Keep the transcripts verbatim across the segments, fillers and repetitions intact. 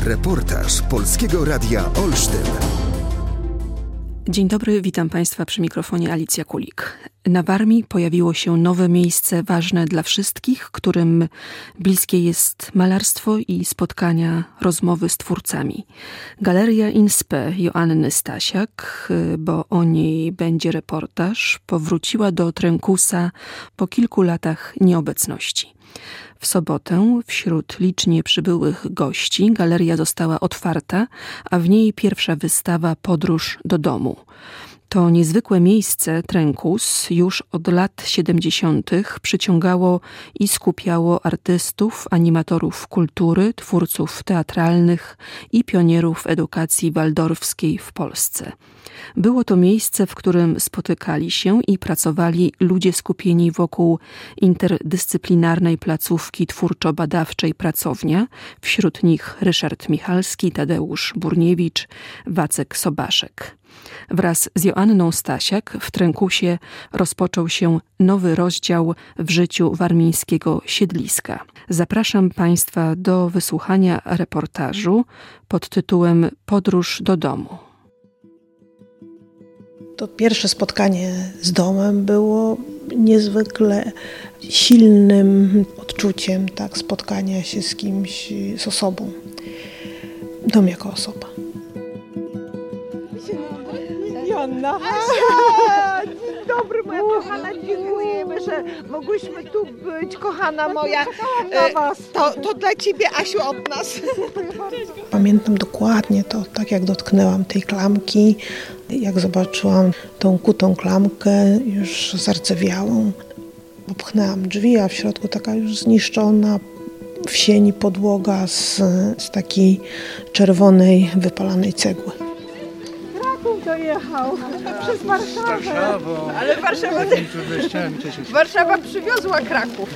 Reportaż Polskiego Radia Olsztyn. Dzień dobry, witam Państwa przy mikrofonie Alicja Kulik. Na Warmii pojawiło się nowe miejsce ważne dla wszystkich, którym bliskie jest malarstwo i spotkania, rozmowy z twórcami. Galeria Inspe Joanny Stasiak, bo o niej będzie reportaż, powróciła do Trękusa po kilku latach nieobecności. W sobotę wśród licznie przybyłych gości galeria została otwarta, a w niej pierwsza wystawa Podróż do domu. To niezwykłe miejsce, Trękus, już od lat siedemdziesiątych przyciągało i skupiało artystów, animatorów kultury, twórców teatralnych i pionierów edukacji waldorfskiej w Polsce. Było to miejsce, w którym spotykali się i pracowali ludzie skupieni wokół interdyscyplinarnej placówki twórczo-badawczej Pracownia, wśród nich Ryszard Michalski, Tadeusz Burniewicz, Wacek Sobaszek. Wraz z Joanną Stasiak w Trękusie rozpoczął się nowy rozdział w życiu warmińskiego siedliska. Zapraszam Państwa do wysłuchania reportażu pod tytułem Podróż do domu. To pierwsze spotkanie z domem było niezwykle silnym odczuciem, tak, spotkania się z kimś, z osobą. Dom jako osoba. Joanna. Asia! Dzień dobry, moja kochana, dziękujemy, że mogłyśmy tu być, kochana moja. To, to dla Ciebie, Asiu, od nas. Pamiętam dokładnie to, tak jak dotknęłam tej klamki, jak zobaczyłam tą kutą klamkę, już zardzewiałą. Popchnęłam drzwi, a w środku taka już zniszczona w sieni podłoga z, z takiej czerwonej, wypalanej cegły. Dojechał przez Warszawę. Warszawą. Ale Warszawa, Warszawa przywiozła Kraków.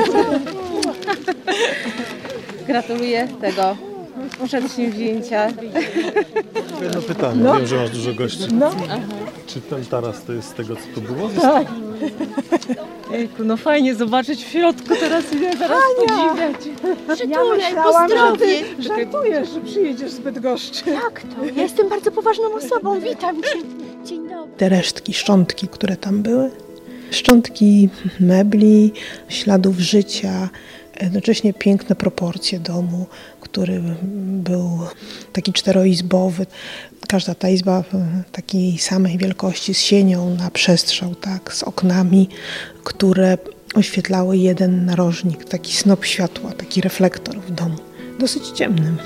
Gratuluję tego przedsięwzięcia. Jedno pytanie, no. Wiem, że masz dużo gości. No. Czy ten taras to jest z tego, co tu było? Tak. Ejku, no fajnie zobaczyć w środku teraz i teraz podziwiać. Ja myślałam, że ty żartujesz, że przyjedziesz z Bydgoszczy. Jak to? Ja jestem bardzo poważną osobą. Witam Cię. Dzień dobry. Te resztki, szczątki, które tam były, szczątki mebli, śladów życia, jednocześnie piękne proporcje domu, który był taki czteroizbowy. Każda ta izba takiej samej wielkości, z sienią na przestrzał, tak, z oknami, które oświetlały jeden narożnik, taki snop światła, taki reflektor w domu, dosyć ciemnym.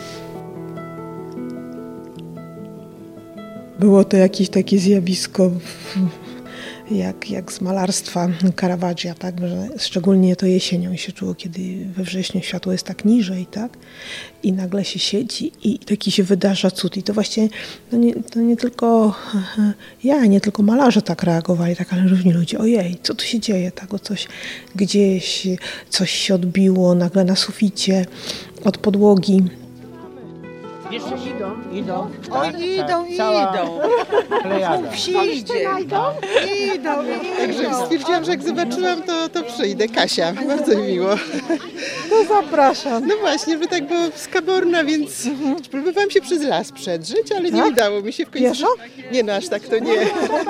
Było to jakieś takie zjawisko jak, jak z malarstwa Caravaggia, tak, że szczególnie to jesienią się czuło, kiedy we wrześniu światło jest tak niżej, tak, i nagle się siedzi i taki się wydarza cud. I to właśnie, no nie, to nie tylko ja, nie tylko malarze tak reagowali, tak, ale różni ludzie. Ojej, co tu się dzieje, tak, o coś gdzieś, coś się odbiło nagle na suficie, od podłogi. Jeszcze idą, idą. O, Tak, idą, tak, idą. Cała plejada. Przyjdzie. Idą, idą. Także stwierdziłam, że jak zobaczyłam, to, to przyjdę. Kasia, bardzo mi miło. To zapraszam. No właśnie, bo tak było z Kaborna, więc mhm. próbowałam się przez las przedrzeć, ale nie udało mi się w końcu. Pieszo? Nie, no aż tak to nie.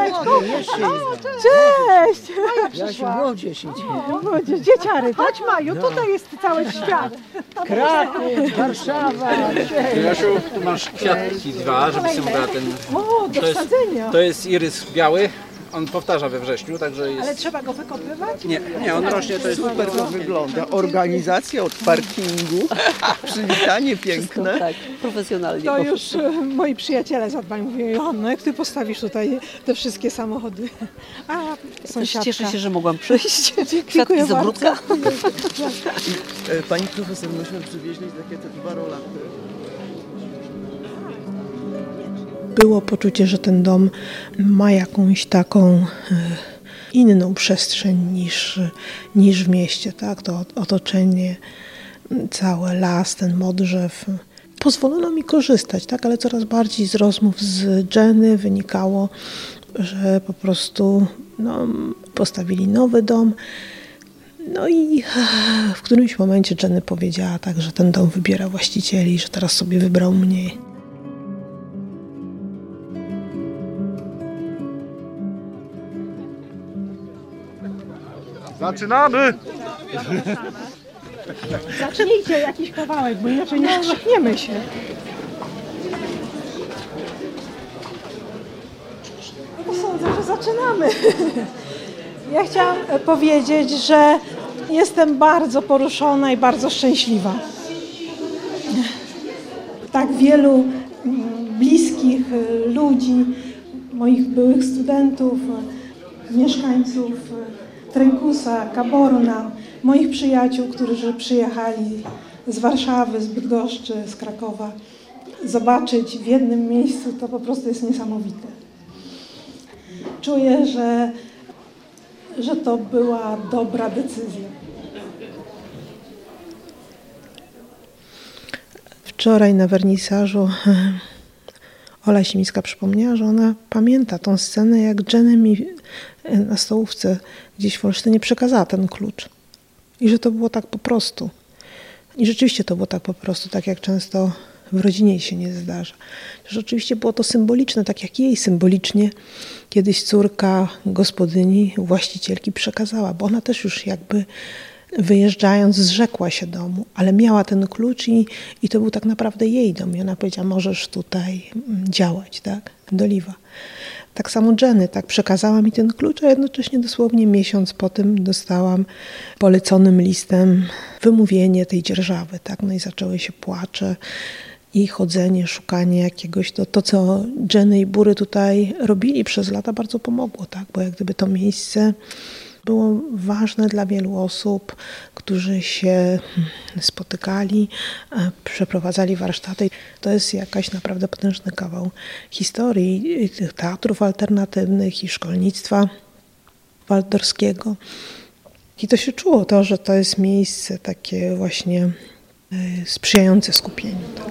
Cześć! Ja się młodzież idzie. Młodzież, dzieciary. Chodź Maju, tutaj jest cały świat. Kraków, Warszawa. Jasiu, tu masz kwiatki dwa, żebyś sobie mogła ten... O, do to jest, wsadzenia. to jest irys biały, on powtarza we wrześniu, także jest... Ale trzeba go wykopywać? Nie, nie, on rośnie, to jest... Super to wygląda. Organizacja od parkingu, przywitanie piękne. Tak, profesjonalnie. To już e, moi przyjaciele zadbają. Mówią, Joanno, jak ty postawisz tutaj te wszystkie samochody? A, sąsiadka. Cieszę się, że mogłam przyjść. Dziękuję Kwiatki z ogródka. Pani profesor, myśmy przywieźli takie te dwa rolaty. Było poczucie, że ten dom ma jakąś taką inną przestrzeń niż, niż w mieście, tak? To otoczenie, całe las, ten modrzew. Pozwolono mi korzystać, tak? Ale coraz bardziej z rozmów z Jenny wynikało, że po prostu no, postawili nowy dom. No i w którymś momencie Jenny powiedziała tak, że ten dom wybiera właścicieli, że teraz sobie wybrał mnie. Zaczynamy! Zacznijcie jakiś kawałek, bo inaczej nie strzykniemy się. No to sądzę, że zaczynamy. Ja chciałam powiedzieć, że jestem bardzo poruszona i bardzo szczęśliwa. Tak wielu bliskich ludzi, moich byłych studentów, mieszkańców Trękusa, Kaborna, moich przyjaciół, którzy przyjechali z Warszawy, z Bydgoszczy, z Krakowa, zobaczyć w jednym miejscu, to po prostu jest niesamowite. Czuję, że, że to była dobra decyzja. Wczoraj na wernisażu Ola Simińska przypomniała, że ona pamięta tą scenę, jak Jenny mi na stołówce gdzieś w Olsztynie przekazała ten klucz. I że to było tak po prostu. I rzeczywiście to było tak po prostu, tak jak często w rodzinie się nie zdarza. Że oczywiście było to symboliczne, tak jak jej symbolicznie kiedyś córka gospodyni, właścicielki przekazała, bo ona też już jakby wyjeżdżając zrzekła się domu, ale miała ten klucz i, i to był tak naprawdę jej dom. I ona powiedziała, możesz tutaj działać, tak? Doliwa. Tak samo Jenny, tak, przekazała mi ten klucz, a jednocześnie dosłownie miesiąc po tym dostałam poleconym listem wymówienie tej dzierżawy, tak? No i zaczęły się płacze i chodzenie, szukanie jakiegoś, to, to co Jenny i Bury tutaj robili przez lata bardzo pomogło, tak? Bo jak gdyby to miejsce było ważne dla wielu osób, którzy się spotykali, przeprowadzali warsztaty. To jest jakaś naprawdę potężny kawał historii tych teatrów alternatywnych i szkolnictwa waldorskiego. I to się czuło to, że to jest miejsce takie właśnie sprzyjające skupieniu. Tak.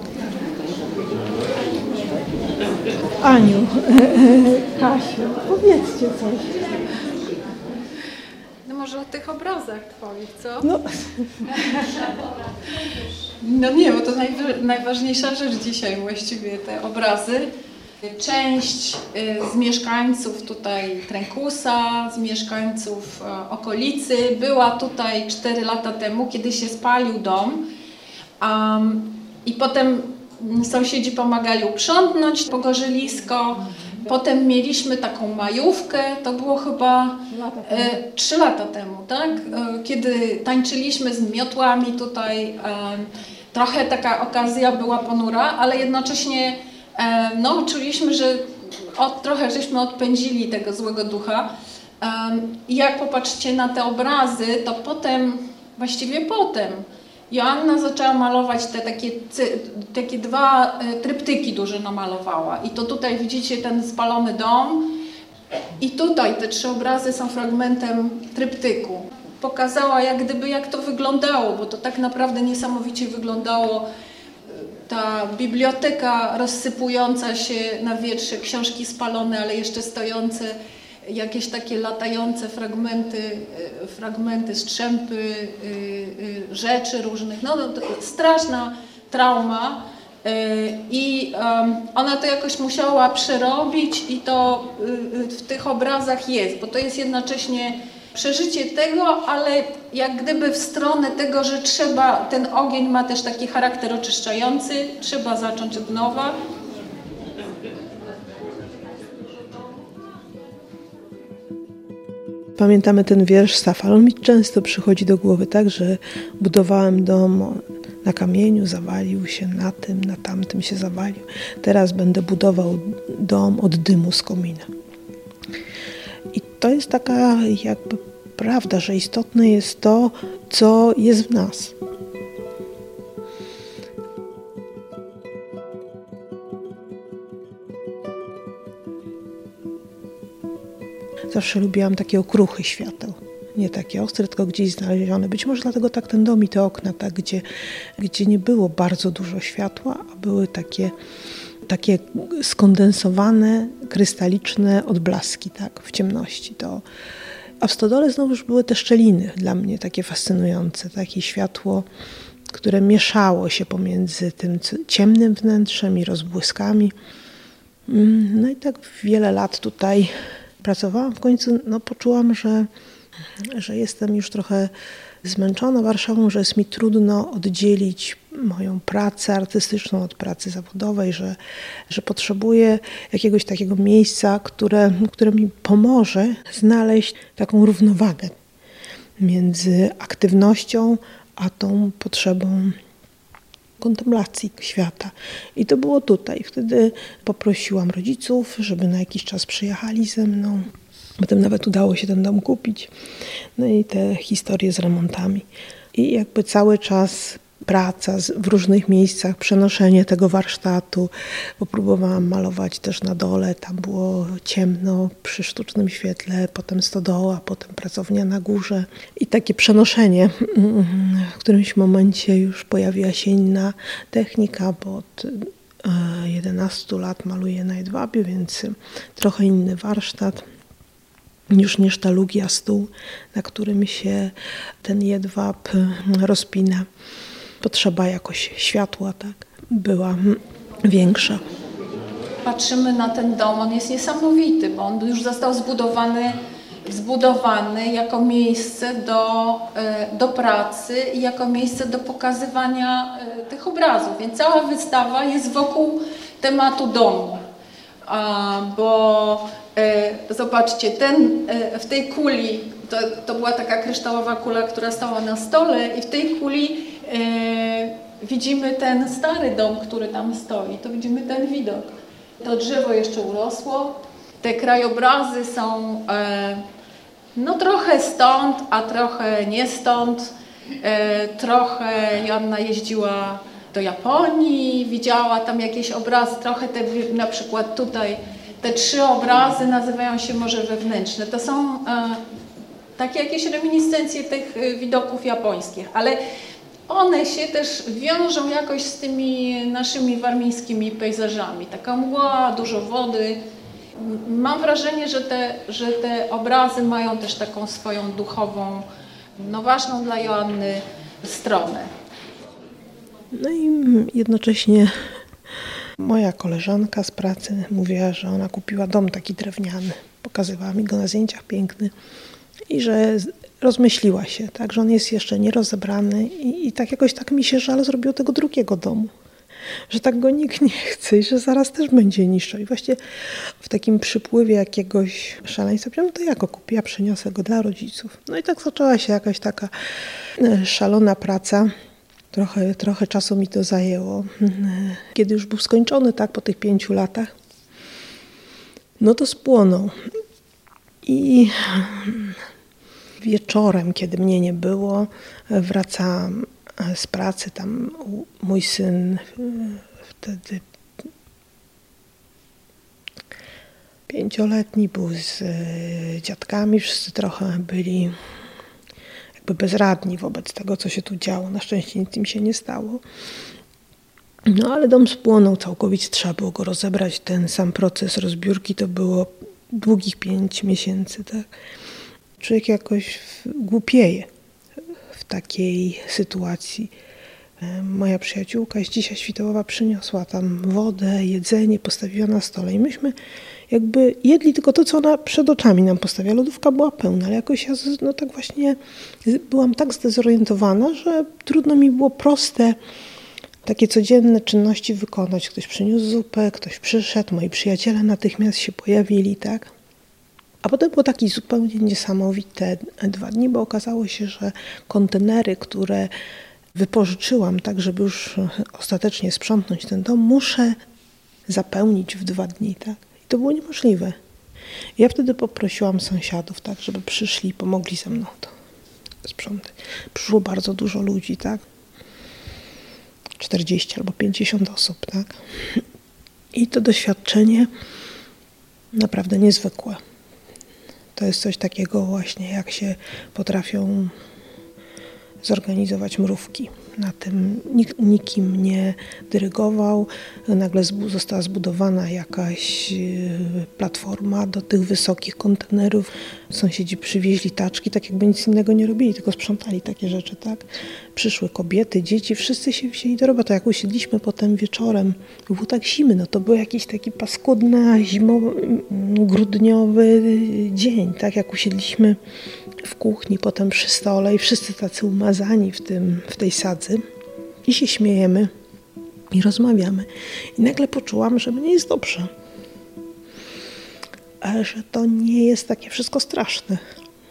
Aniu, Kasiu, powiedzcie coś. Może o tych obrazach twoich, co? No, no nie, bo to najwa- najważniejsza rzecz dzisiaj właściwie, te obrazy. Część y, z mieszkańców tutaj Trękusa, z mieszkańców y, okolicy była tutaj cztery lata temu, kiedy się spalił dom. Um, I potem sąsiedzi pomagali uprzątnąć pogorzylisko. Potem mieliśmy taką majówkę, to było chyba e, trzy lata temu, tak? E, kiedy tańczyliśmy z miotłami tutaj, e, trochę taka okazja była ponura, ale jednocześnie e, no, czuliśmy, że od, trochę żeśmy odpędzili tego złego ducha. E, I jak popatrzycie na te obrazy, to potem, właściwie potem, Joanna zaczęła malować te takie, takie dwa tryptyki duże namalowała. I to tutaj widzicie ten spalony dom. I tutaj te trzy obrazy są fragmentem tryptyku. Pokazała jak gdyby jak to wyglądało, bo to tak naprawdę niesamowicie wyglądało. Ta biblioteka rozsypująca się na wietrze, książki spalone, ale jeszcze stojące, jakieś takie latające fragmenty, fragmenty strzępy, rzeczy różnych. No, straszna trauma i ona to jakoś musiała przerobić i to w tych obrazach jest, bo to jest jednocześnie przeżycie tego, ale jak gdyby w stronę tego, że trzeba, ten ogień ma też taki charakter oczyszczający, trzeba zacząć od nowa. Pamiętamy ten wiersz Safa. On mi często przychodzi do głowy tak, że budowałem dom na kamieniu, zawalił się na tym, na tamtym się zawalił. Teraz będę budował dom od dymu z komina. I to jest taka jakby prawda, że istotne jest to, co jest w nas. Zawsze lubiłam takie okruchy świateł. Nie takie ostre, tylko gdzieś znalezione. Być może dlatego tak ten dom i te okna, tak, gdzie, gdzie nie było bardzo dużo światła, a były takie, takie skondensowane, krystaliczne odblaski tak, w ciemności. To A w stodole znowu już były te szczeliny dla mnie takie fascynujące, takie światło, które mieszało się pomiędzy tym ciemnym wnętrzem i rozbłyskami. No i tak wiele lat tutaj pracowałam. W końcu no, poczułam, że, że jestem już trochę zmęczona Warszawą, że jest mi trudno oddzielić moją pracę artystyczną od pracy zawodowej, że, że potrzebuję jakiegoś takiego miejsca, które, które mi pomoże znaleźć taką równowagę między aktywnością a tą potrzebą kontemplacji świata. I to było tutaj. Wtedy poprosiłam rodziców, żeby na jakiś czas przyjechali ze mną. Potem nawet udało się ten dom kupić. No i te historie z remontami. I jakby cały czas praca w różnych miejscach, przenoszenie tego warsztatu. Popróbowałam malować też na dole. Tam było ciemno przy sztucznym świetle, potem stodoła, potem pracownia na górze. I takie przenoszenie. W którymś momencie już pojawiła się inna technika, bo od jedenastu lat maluję na jedwabie, więc trochę inny warsztat. Już nie sztalugi, a stół, na którym się ten jedwab rozpina. Potrzeba jakoś światła, tak, była większa. Patrzymy na ten dom, on jest niesamowity, bo on już został zbudowany, zbudowany jako miejsce do, do pracy i jako miejsce do pokazywania tych obrazów. Więc cała wystawa jest wokół tematu domu. A, bo e, zobaczcie, ten, e, w tej kuli, to, to była taka kryształowa kula, która stała na stole i w tej kuli e, widzimy ten stary dom, który tam stoi, to widzimy ten widok. To drzewo jeszcze urosło, te krajobrazy są e, no trochę stąd, a trochę nie stąd. E, trochę Joanna jeździła do Japonii, widziała tam jakieś obrazy, trochę te, na przykład tutaj te trzy obrazy nazywają się może wewnętrzne. To są e, takie jakieś reminiscencje tych widoków japońskich, ale one się też wiążą jakoś z tymi naszymi warmińskimi pejzażami. Taka mgła, dużo wody. Mam wrażenie, że te, że te obrazy mają też taką swoją duchową, no ważną dla Joanny stronę. No i jednocześnie moja koleżanka z pracy mówiła, że ona kupiła dom taki drewniany. Pokazywała mi go na zdjęciach, piękny. I że rozmyśliła się, tak, że on jest jeszcze nierozebrany i, i tak jakoś tak mi się żal zrobiło tego drugiego domu. Że tak go nikt nie chce i że zaraz też będzie niszczał. I właśnie w takim przypływie jakiegoś szaleństwa powiedziałam, no to ja go kupię, ja przyniosę go dla rodziców. No i tak zaczęła się jakaś taka szalona praca. Trochę, trochę czasu mi to zajęło. Kiedy już był skończony, tak, po tych pięciu latach, no to spłonął. I wieczorem, kiedy mnie nie było, wracałam z pracy, tam mój syn wtedy pięcioletni był z dziadkami, wszyscy trochę byli jakby bezradni wobec tego, co się tu działo. Na szczęście nic im się nie stało. No ale dom spłonął całkowicie, trzeba było go rozebrać. Ten sam proces rozbiórki to było długich pięć miesięcy. Tak? Człowiek jakoś głupieje w takiej sytuacji. Moja przyjaciółka z dzisiaj Świtołowa przyniosła tam wodę, jedzenie, postawiła na stole i myśmy jakby jedli tylko to, co ona przed oczami nam postawiła. Lodówka była pełna, ale jakoś ja no tak właśnie byłam tak zdezorientowana, że trudno mi było proste takie codzienne czynności wykonać. Ktoś przyniósł zupę, ktoś przyszedł, moi przyjaciele natychmiast się pojawili, tak? A potem było takie zupełnie niesamowite dwa dni, bo okazało się, że kontenery, które wypożyczyłam tak, żeby już ostatecznie sprzątnąć ten dom, muszę zapełnić w dwa dni, tak? I to było niemożliwe. Ja wtedy poprosiłam sąsiadów, tak, żeby przyszli i pomogli ze mną to sprzątać. Przyszło bardzo dużo ludzi, tak? czterdzieści albo pięćdziesiąt osób, tak? I to doświadczenie naprawdę niezwykłe. To jest coś takiego właśnie, jak się potrafią zorganizować mrówki na tym nikt nikim nie dyrygował. Nagle została zbudowana jakaś platforma do tych wysokich kontenerów. Sąsiedzi przywieźli taczki, tak jakby nic innego nie robili, tylko sprzątali takie rzeczy, tak? Przyszły kobiety, dzieci, wszyscy się wzięli do roboty. Jak usiedliśmy potem wieczorem, było tak zimno, to był jakiś taki paskudny, zimowy, grudniowy dzień, tak? Jak usiedliśmy w kuchni, potem przy stole i wszyscy tacy umazani w, tym, w tej sadzy i się śmiejemy i rozmawiamy. I nagle poczułam, że mnie jest dobrze. A że to nie jest takie wszystko straszne.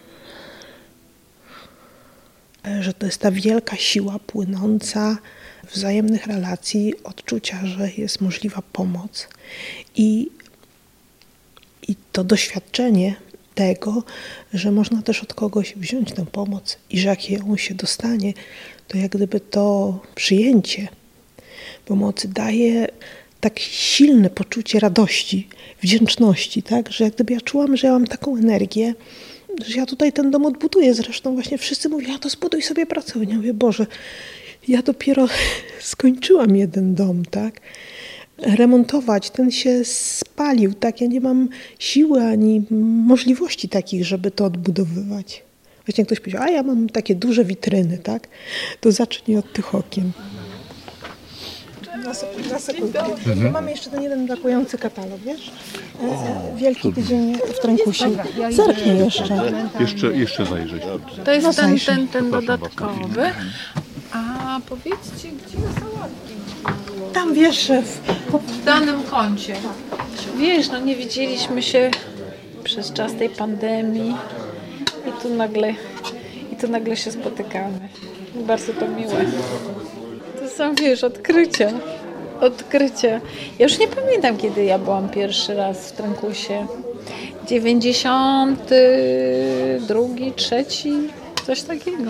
Że to jest ta wielka siła płynąca wzajemnych relacji, odczucia, że jest możliwa pomoc. I, i to doświadczenie tego, że można też od kogoś wziąć tę pomoc i że jak ją się dostanie, to jak gdyby to przyjęcie pomocy daje tak silne poczucie radości, wdzięczności, tak? Że jak gdyby ja czułam, że ja mam taką energię, że ja tutaj ten dom odbuduję. Zresztą właśnie wszyscy mówią, ja to zbuduj sobie pracownię. Ja mówię, Boże, ja dopiero skończyłam jeden dom, tak? Remontować, ten się spalił, tak? Ja nie mam siły ani możliwości takich, żeby to odbudowywać. Właśnie ktoś powiedział, a ja mam takie duże witryny, tak? To zacznij od tych okien. Na, sek- na sekundkę. Mhm. Mamy jeszcze ten jeden brakujący katalog, wiesz? O, Wielki cudnie. Tydzień w Trękusie. Zerknij jeszcze. Jeszcze, jeszcze zajrzeć. To jest no ten, ten, ten dodatkowy. A powiedzcie, gdzie sałatki? Tam wiesz, w, w danym kącie. Wiesz, no nie widzieliśmy się przez czas tej pandemii i tu nagle, i tu nagle się spotykamy. Bardzo to miłe. To są, wiesz, odkrycia. Odkrycia. Ja już nie pamiętam, kiedy ja byłam pierwszy raz w Trękusie. dziewięćdziesiąty drugi, trzeci, coś takiego.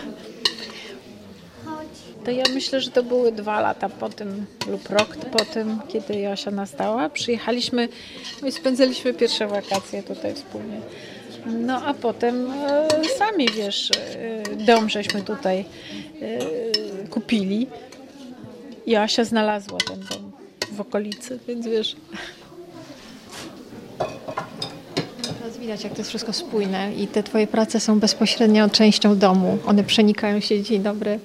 To ja myślę, że to były dwa lata po tym lub rok po tym, kiedy Josia nastała. Przyjechaliśmy i spędzaliśmy pierwsze wakacje tutaj wspólnie. No a potem e, sami, wiesz, e, dom żeśmy tutaj e, kupili. Josia znalazła ten dom w okolicy, więc wiesz. Teraz widać, jak to jest wszystko spójne i te twoje prace są bezpośrednio częścią domu. One przenikają się, dzień dobry.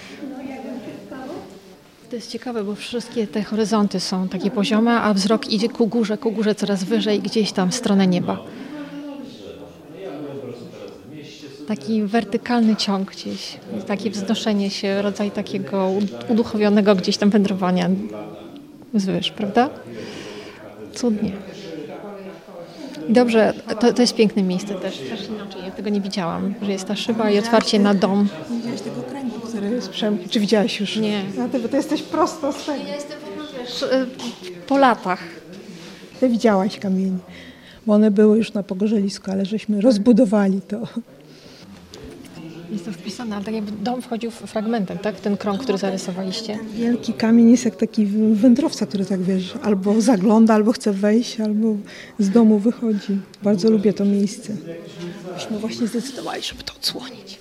To jest ciekawe, bo wszystkie te horyzonty są takie poziome, a wzrok idzie ku górze, ku górze coraz wyżej, gdzieś tam w stronę nieba. Taki wertykalny ciąg gdzieś, takie wznoszenie się, rodzaj takiego uduchowionego gdzieś tam wędrowania wzwyż, prawda? Cudnie. I dobrze, to, to jest piękne miejsce też, też inaczej, ja tego nie widziałam, że jest ta szyba i otwarcie na dom. Widziałaś tego kręgu, który jest przemki. Czy widziałaś już? Nie. A ty, bo ty jesteś prosto z tego. Ja jestem wiesz, po latach. Ty widziałaś kamienie, bo one były już na pogorzelisku, ale żeśmy rozbudowali to. Jest to wpisane, ale tak jakby dom wchodził fragmentem, tak? W ten krąg, który zarysowaliście. Wielki kamień jest jak taki wędrowca, który tak wiesz, albo zagląda, albo chce wejść, albo z domu wychodzi. Bardzo lubię to miejsce. Myśmy właśnie zdecydowali, żeby to odsłonić.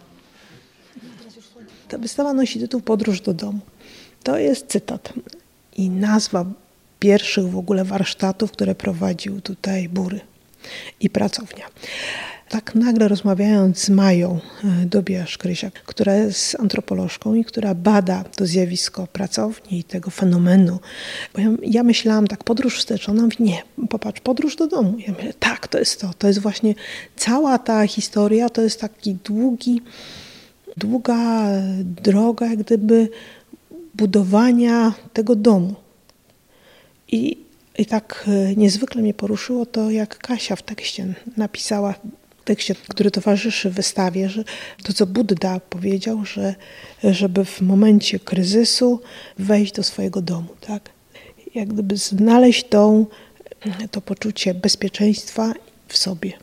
Ta wystawa nosi tytuł Podróż do domu. To jest cytat i nazwa pierwszych w ogóle warsztatów, które prowadził tutaj Bury i pracownia. Tak nagle rozmawiając z Mają Dobiasz-Krysiak, która jest antropolożką i która bada to zjawisko pracowni i tego fenomenu. Bo ja, ja myślałam tak, podróż wstecz, ona mówi, nie, popatrz, podróż do domu. Ja myślę, tak, to jest to. To jest właśnie cała ta historia, to jest taki długi, długa droga jak gdyby budowania tego domu. I, i tak niezwykle mnie poruszyło to, jak Kasia w tekście napisała, w tekście, który towarzyszy wystawie, że to, co Budda powiedział, że żeby w momencie kryzysu wejść do swojego domu, tak? Jak gdyby znaleźć tą, to poczucie bezpieczeństwa w sobie.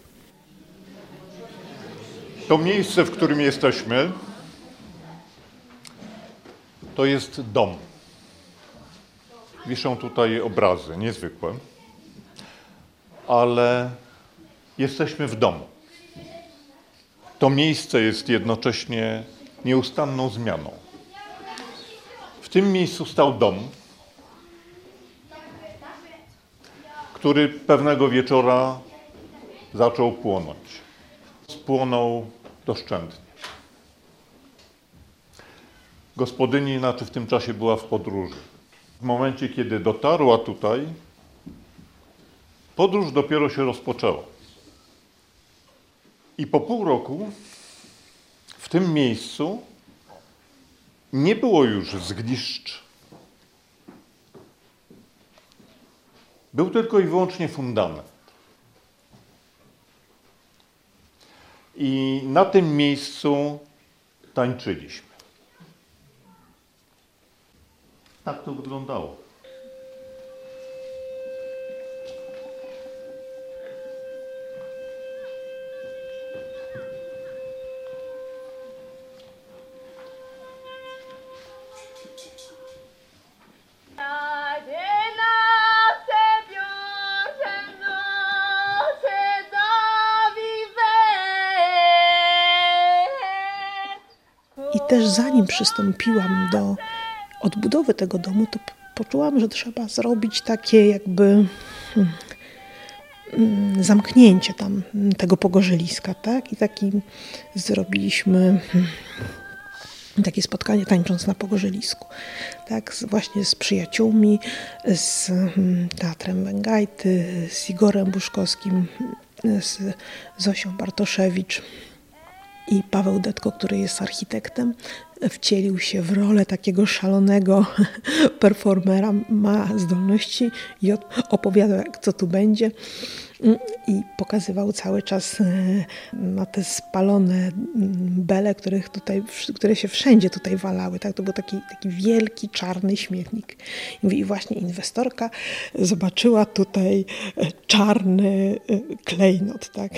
To miejsce, w którym jesteśmy, to jest dom. Wiszą tutaj obrazy niezwykłe, ale jesteśmy w domu. To miejsce jest jednocześnie nieustanną zmianą. W tym miejscu stał dom, który pewnego wieczora zaczął płonąć. Spłonął doszczętnie. Gospodyni znaczy w tym czasie była w podróży. W momencie, kiedy dotarła tutaj, podróż dopiero się rozpoczęła. I po pół roku w tym miejscu nie było już zgliszcz. Był tylko i wyłącznie fundament. I na tym miejscu tańczyliśmy. Tak to wyglądało. I też zanim przystąpiłam do odbudowy tego domu, to poczułam, że trzeba zrobić takie jakby hmm, zamknięcie tam tego pogorzeliska, tak? I taki zrobiliśmy hmm, takie spotkanie tańcząc na pogorzelisku, tak? Z, właśnie z przyjaciółmi, z hmm, Teatrem Węgajty, z Igorem Buszkowskim, z Zosią Bartoszewicz. I Paweł Detko, który jest architektem, wcielił się w rolę takiego szalonego performera, ma zdolności i opowiadał, jak co tu będzie. I pokazywał cały czas na te spalone bele, których tutaj, które się wszędzie tutaj walały. Tak? To był taki, taki wielki, czarny śmietnik. I właśnie inwestorka zobaczyła tutaj czarny klejnot. Tak?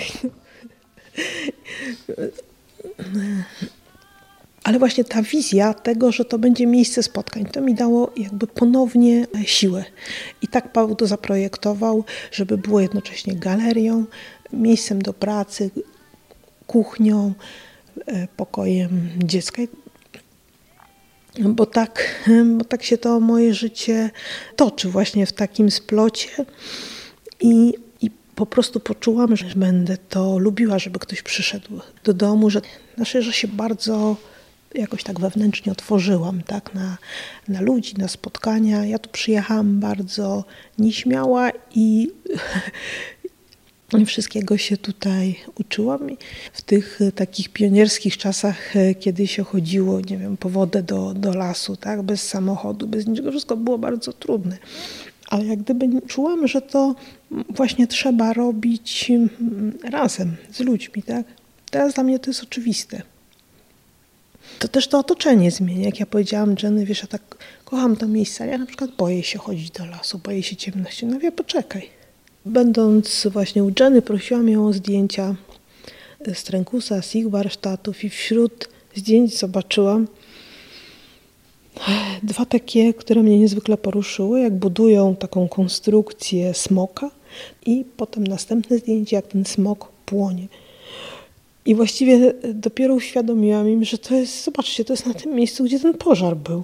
Ale właśnie ta wizja tego, że to będzie miejsce spotkań, to mi dało jakby ponownie siłę. I tak Paweł to zaprojektował, żeby było jednocześnie galerią, miejscem do pracy, kuchnią, pokojem dziecka. Bo tak, bo tak się to moje życie toczy właśnie w takim splocie i po prostu poczułam, że będę to lubiła, żeby ktoś przyszedł do domu, że, znaczy, że się bardzo jakoś tak wewnętrznie otworzyłam, tak, na, na ludzi, na spotkania. Ja tu przyjechałam bardzo nieśmiała i wszystkiego się tutaj uczyłam. I w tych takich pionierskich czasach, kiedy się chodziło, nie wiem, po wodę do, do lasu, tak, bez samochodu, bez niczego, wszystko było bardzo trudne. Ale jak gdyby czułam, że to właśnie trzeba robić razem z ludźmi, tak? Teraz dla mnie to jest oczywiste. To też to otoczenie zmienia. Jak ja powiedziałam Jenny, wiesz, ja tak kocham to miejsce, ale ja na przykład boję się chodzić do lasu, boję się ciemności. No wie, poczekaj. Będąc właśnie u Jenny, prosiłam ją o zdjęcia z Tränkusa, z ich warsztatów i wśród zdjęć zobaczyłam dwa takie, które mnie niezwykle poruszyły, jak budują taką konstrukcję smoka i potem następne zdjęcie, jak ten smok płonie. I właściwie dopiero uświadomiłam im, że to jest, zobaczcie, to jest na tym miejscu, gdzie ten pożar był.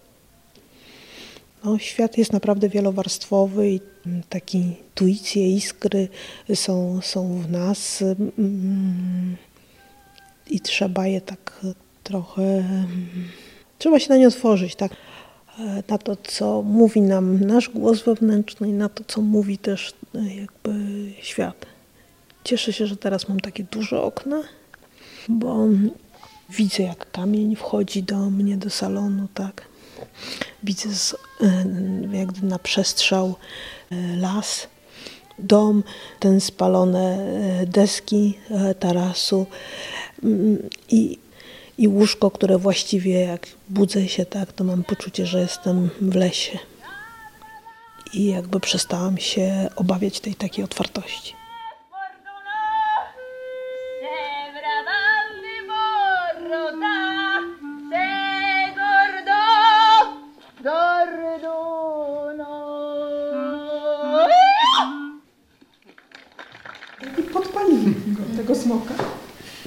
No, świat jest naprawdę wielowarstwowy i takie intuicje, iskry są, są w nas i trzeba je tak trochę... Trzeba się na nie otworzyć, tak? Na to, co mówi nam nasz głos wewnętrzny i na to, co mówi też jakby świat. Cieszę się, że teraz mam takie duże okna, bo widzę, jak kamień wchodzi do mnie, do salonu, tak? Widzę z, jakby na przestrzał las, dom, ten spalone deski tarasu i I łóżko, które właściwie jak budzę się, tak, to mam poczucie, że jestem w lesie. I jakby przestałam się obawiać tej takiej otwartości. I podpalili go, tego smoka.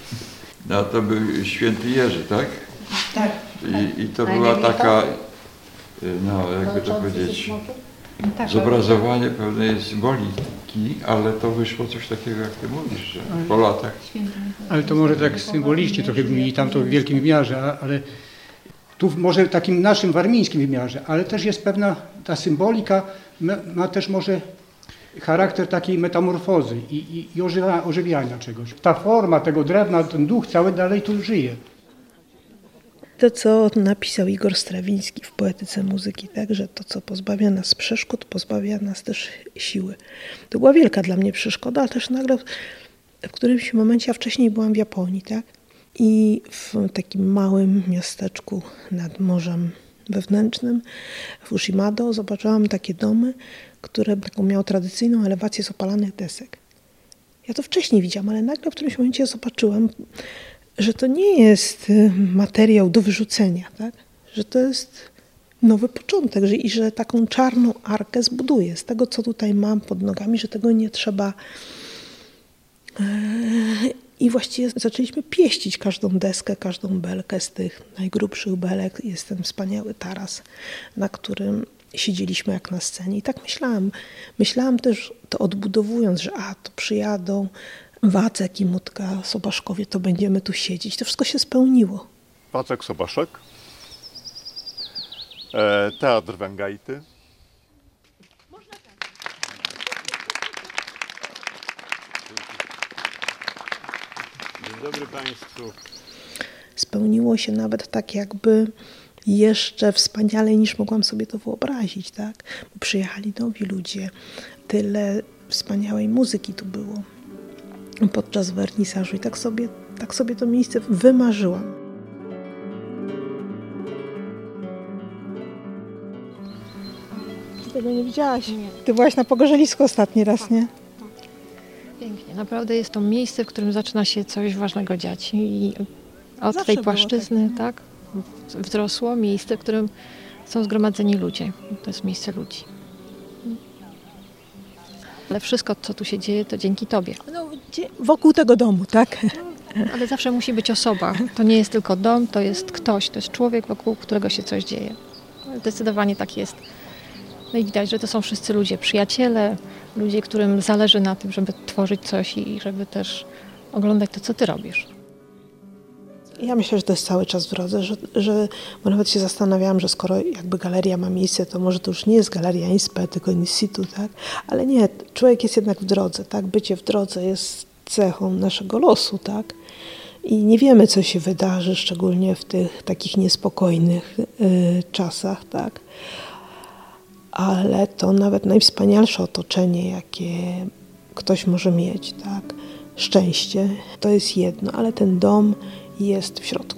No to był święty Jerzy, tak? Tak. I, i to była taka no jakby to powiedzieć, Tak, zobrazowanie pewnej symboliki, ale to wyszło coś takiego, jak ty mówisz, że po latach. Ale to może tak symbolicznie trochę i tam to w wielkim wymiarze, ale tu może w takim naszym warmińskim wymiarze, ale też jest pewna ta symbolika, ma, ma też może charakter takiej metamorfozy i, i, i ożywia, ożywiania czegoś. Ta forma tego drewna, ten duch cały dalej tu żyje. To, co napisał Igor Strawiński w Poetyce muzyki, tak, że to, co pozbawia nas przeszkód, pozbawia nas też siły. To była wielka dla mnie przeszkoda, ale też nagle w którymś momencie, ja wcześniej byłam w Japonii, tak, i w takim małym miasteczku nad Morzem Wewnętrznym, w Ushimado, zobaczyłam takie domy, które taką miały tradycyjną elewację z opalanych desek. Ja to wcześniej widziałam, ale nagle w którymś momencie zobaczyłam, że to nie jest materiał do wyrzucenia, tak? Że to jest nowy początek że, i że taką czarną arkę zbuduję z tego, co tutaj mam pod nogami, że tego nie trzeba. I właściwie zaczęliśmy pieścić każdą deskę, każdą belkę z tych najgrubszych belek. Jest ten wspaniały taras, na którym siedzieliśmy jak na scenie. I tak myślałam. Myślałam też to odbudowując, że a, to przyjadą Wacek i Mutka Sobaszkowie, to będziemy tu siedzieć. To wszystko się spełniło. Wacek Sobaszek, e, Teatr Węgajty. Dzień dobry Państwu. Spełniło się nawet tak jakby jeszcze wspanialej niż mogłam sobie to wyobrazić, tak? Bo przyjechali nowi ludzie, tyle wspaniałej muzyki tu było podczas wernisażu i tak sobie, tak sobie to miejsce wymarzyłam. Ty tego nie widziałaś? Nie. Ty byłaś na Pogorzelisku ostatni raz, nie? Pięknie. Naprawdę jest to miejsce, w którym zaczyna się coś ważnego dziać. I od Zawsze tej płaszczyzny, tak, wzrosło miejsce, w którym są zgromadzeni ludzie. To jest miejsce ludzi. Ale wszystko, co tu się dzieje, to dzięki Tobie. No, wokół tego domu, tak? Ale zawsze musi być osoba. To nie jest tylko dom, to jest ktoś, to jest człowiek, wokół którego się coś dzieje. Zdecydowanie tak jest. No i widać, że to są wszyscy ludzie, przyjaciele, ludzie, którym zależy na tym, żeby tworzyć coś i żeby też oglądać to, co Ty robisz. Ja myślę, że to jest cały czas w drodze, że, że bo nawet się zastanawiałam, że skoro jakby galeria ma miejsce, to może to już nie jest galeria in spe, tylko in situ, tak? Ale nie, człowiek jest jednak w drodze, tak? Bycie w drodze jest cechą naszego losu, tak? I nie wiemy, co się wydarzy, szczególnie w tych takich niespokojnych y, czasach, tak? Ale to nawet najwspanialsze otoczenie, jakie ktoś może mieć, tak? Szczęście, to jest jedno, ale ten dom jest w środku.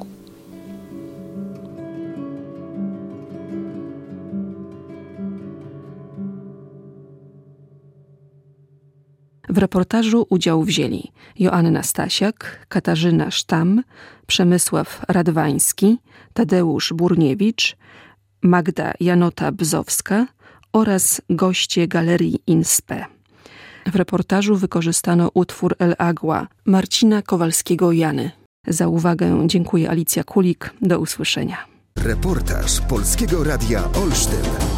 W reportażu udział wzięli Joanna Stasiak, Katarzyna Sztam, Przemysław Radwański, Tadeusz Burniewicz, Magda Janota-Bzowska oraz goście Galerii in spe. W reportażu wykorzystano utwór El Agua Marcina Kowalskiego-Jany. Za uwagę dziękuję Alicja Kulik. Do usłyszenia. Reportaż Polskiego Radia Olsztyn.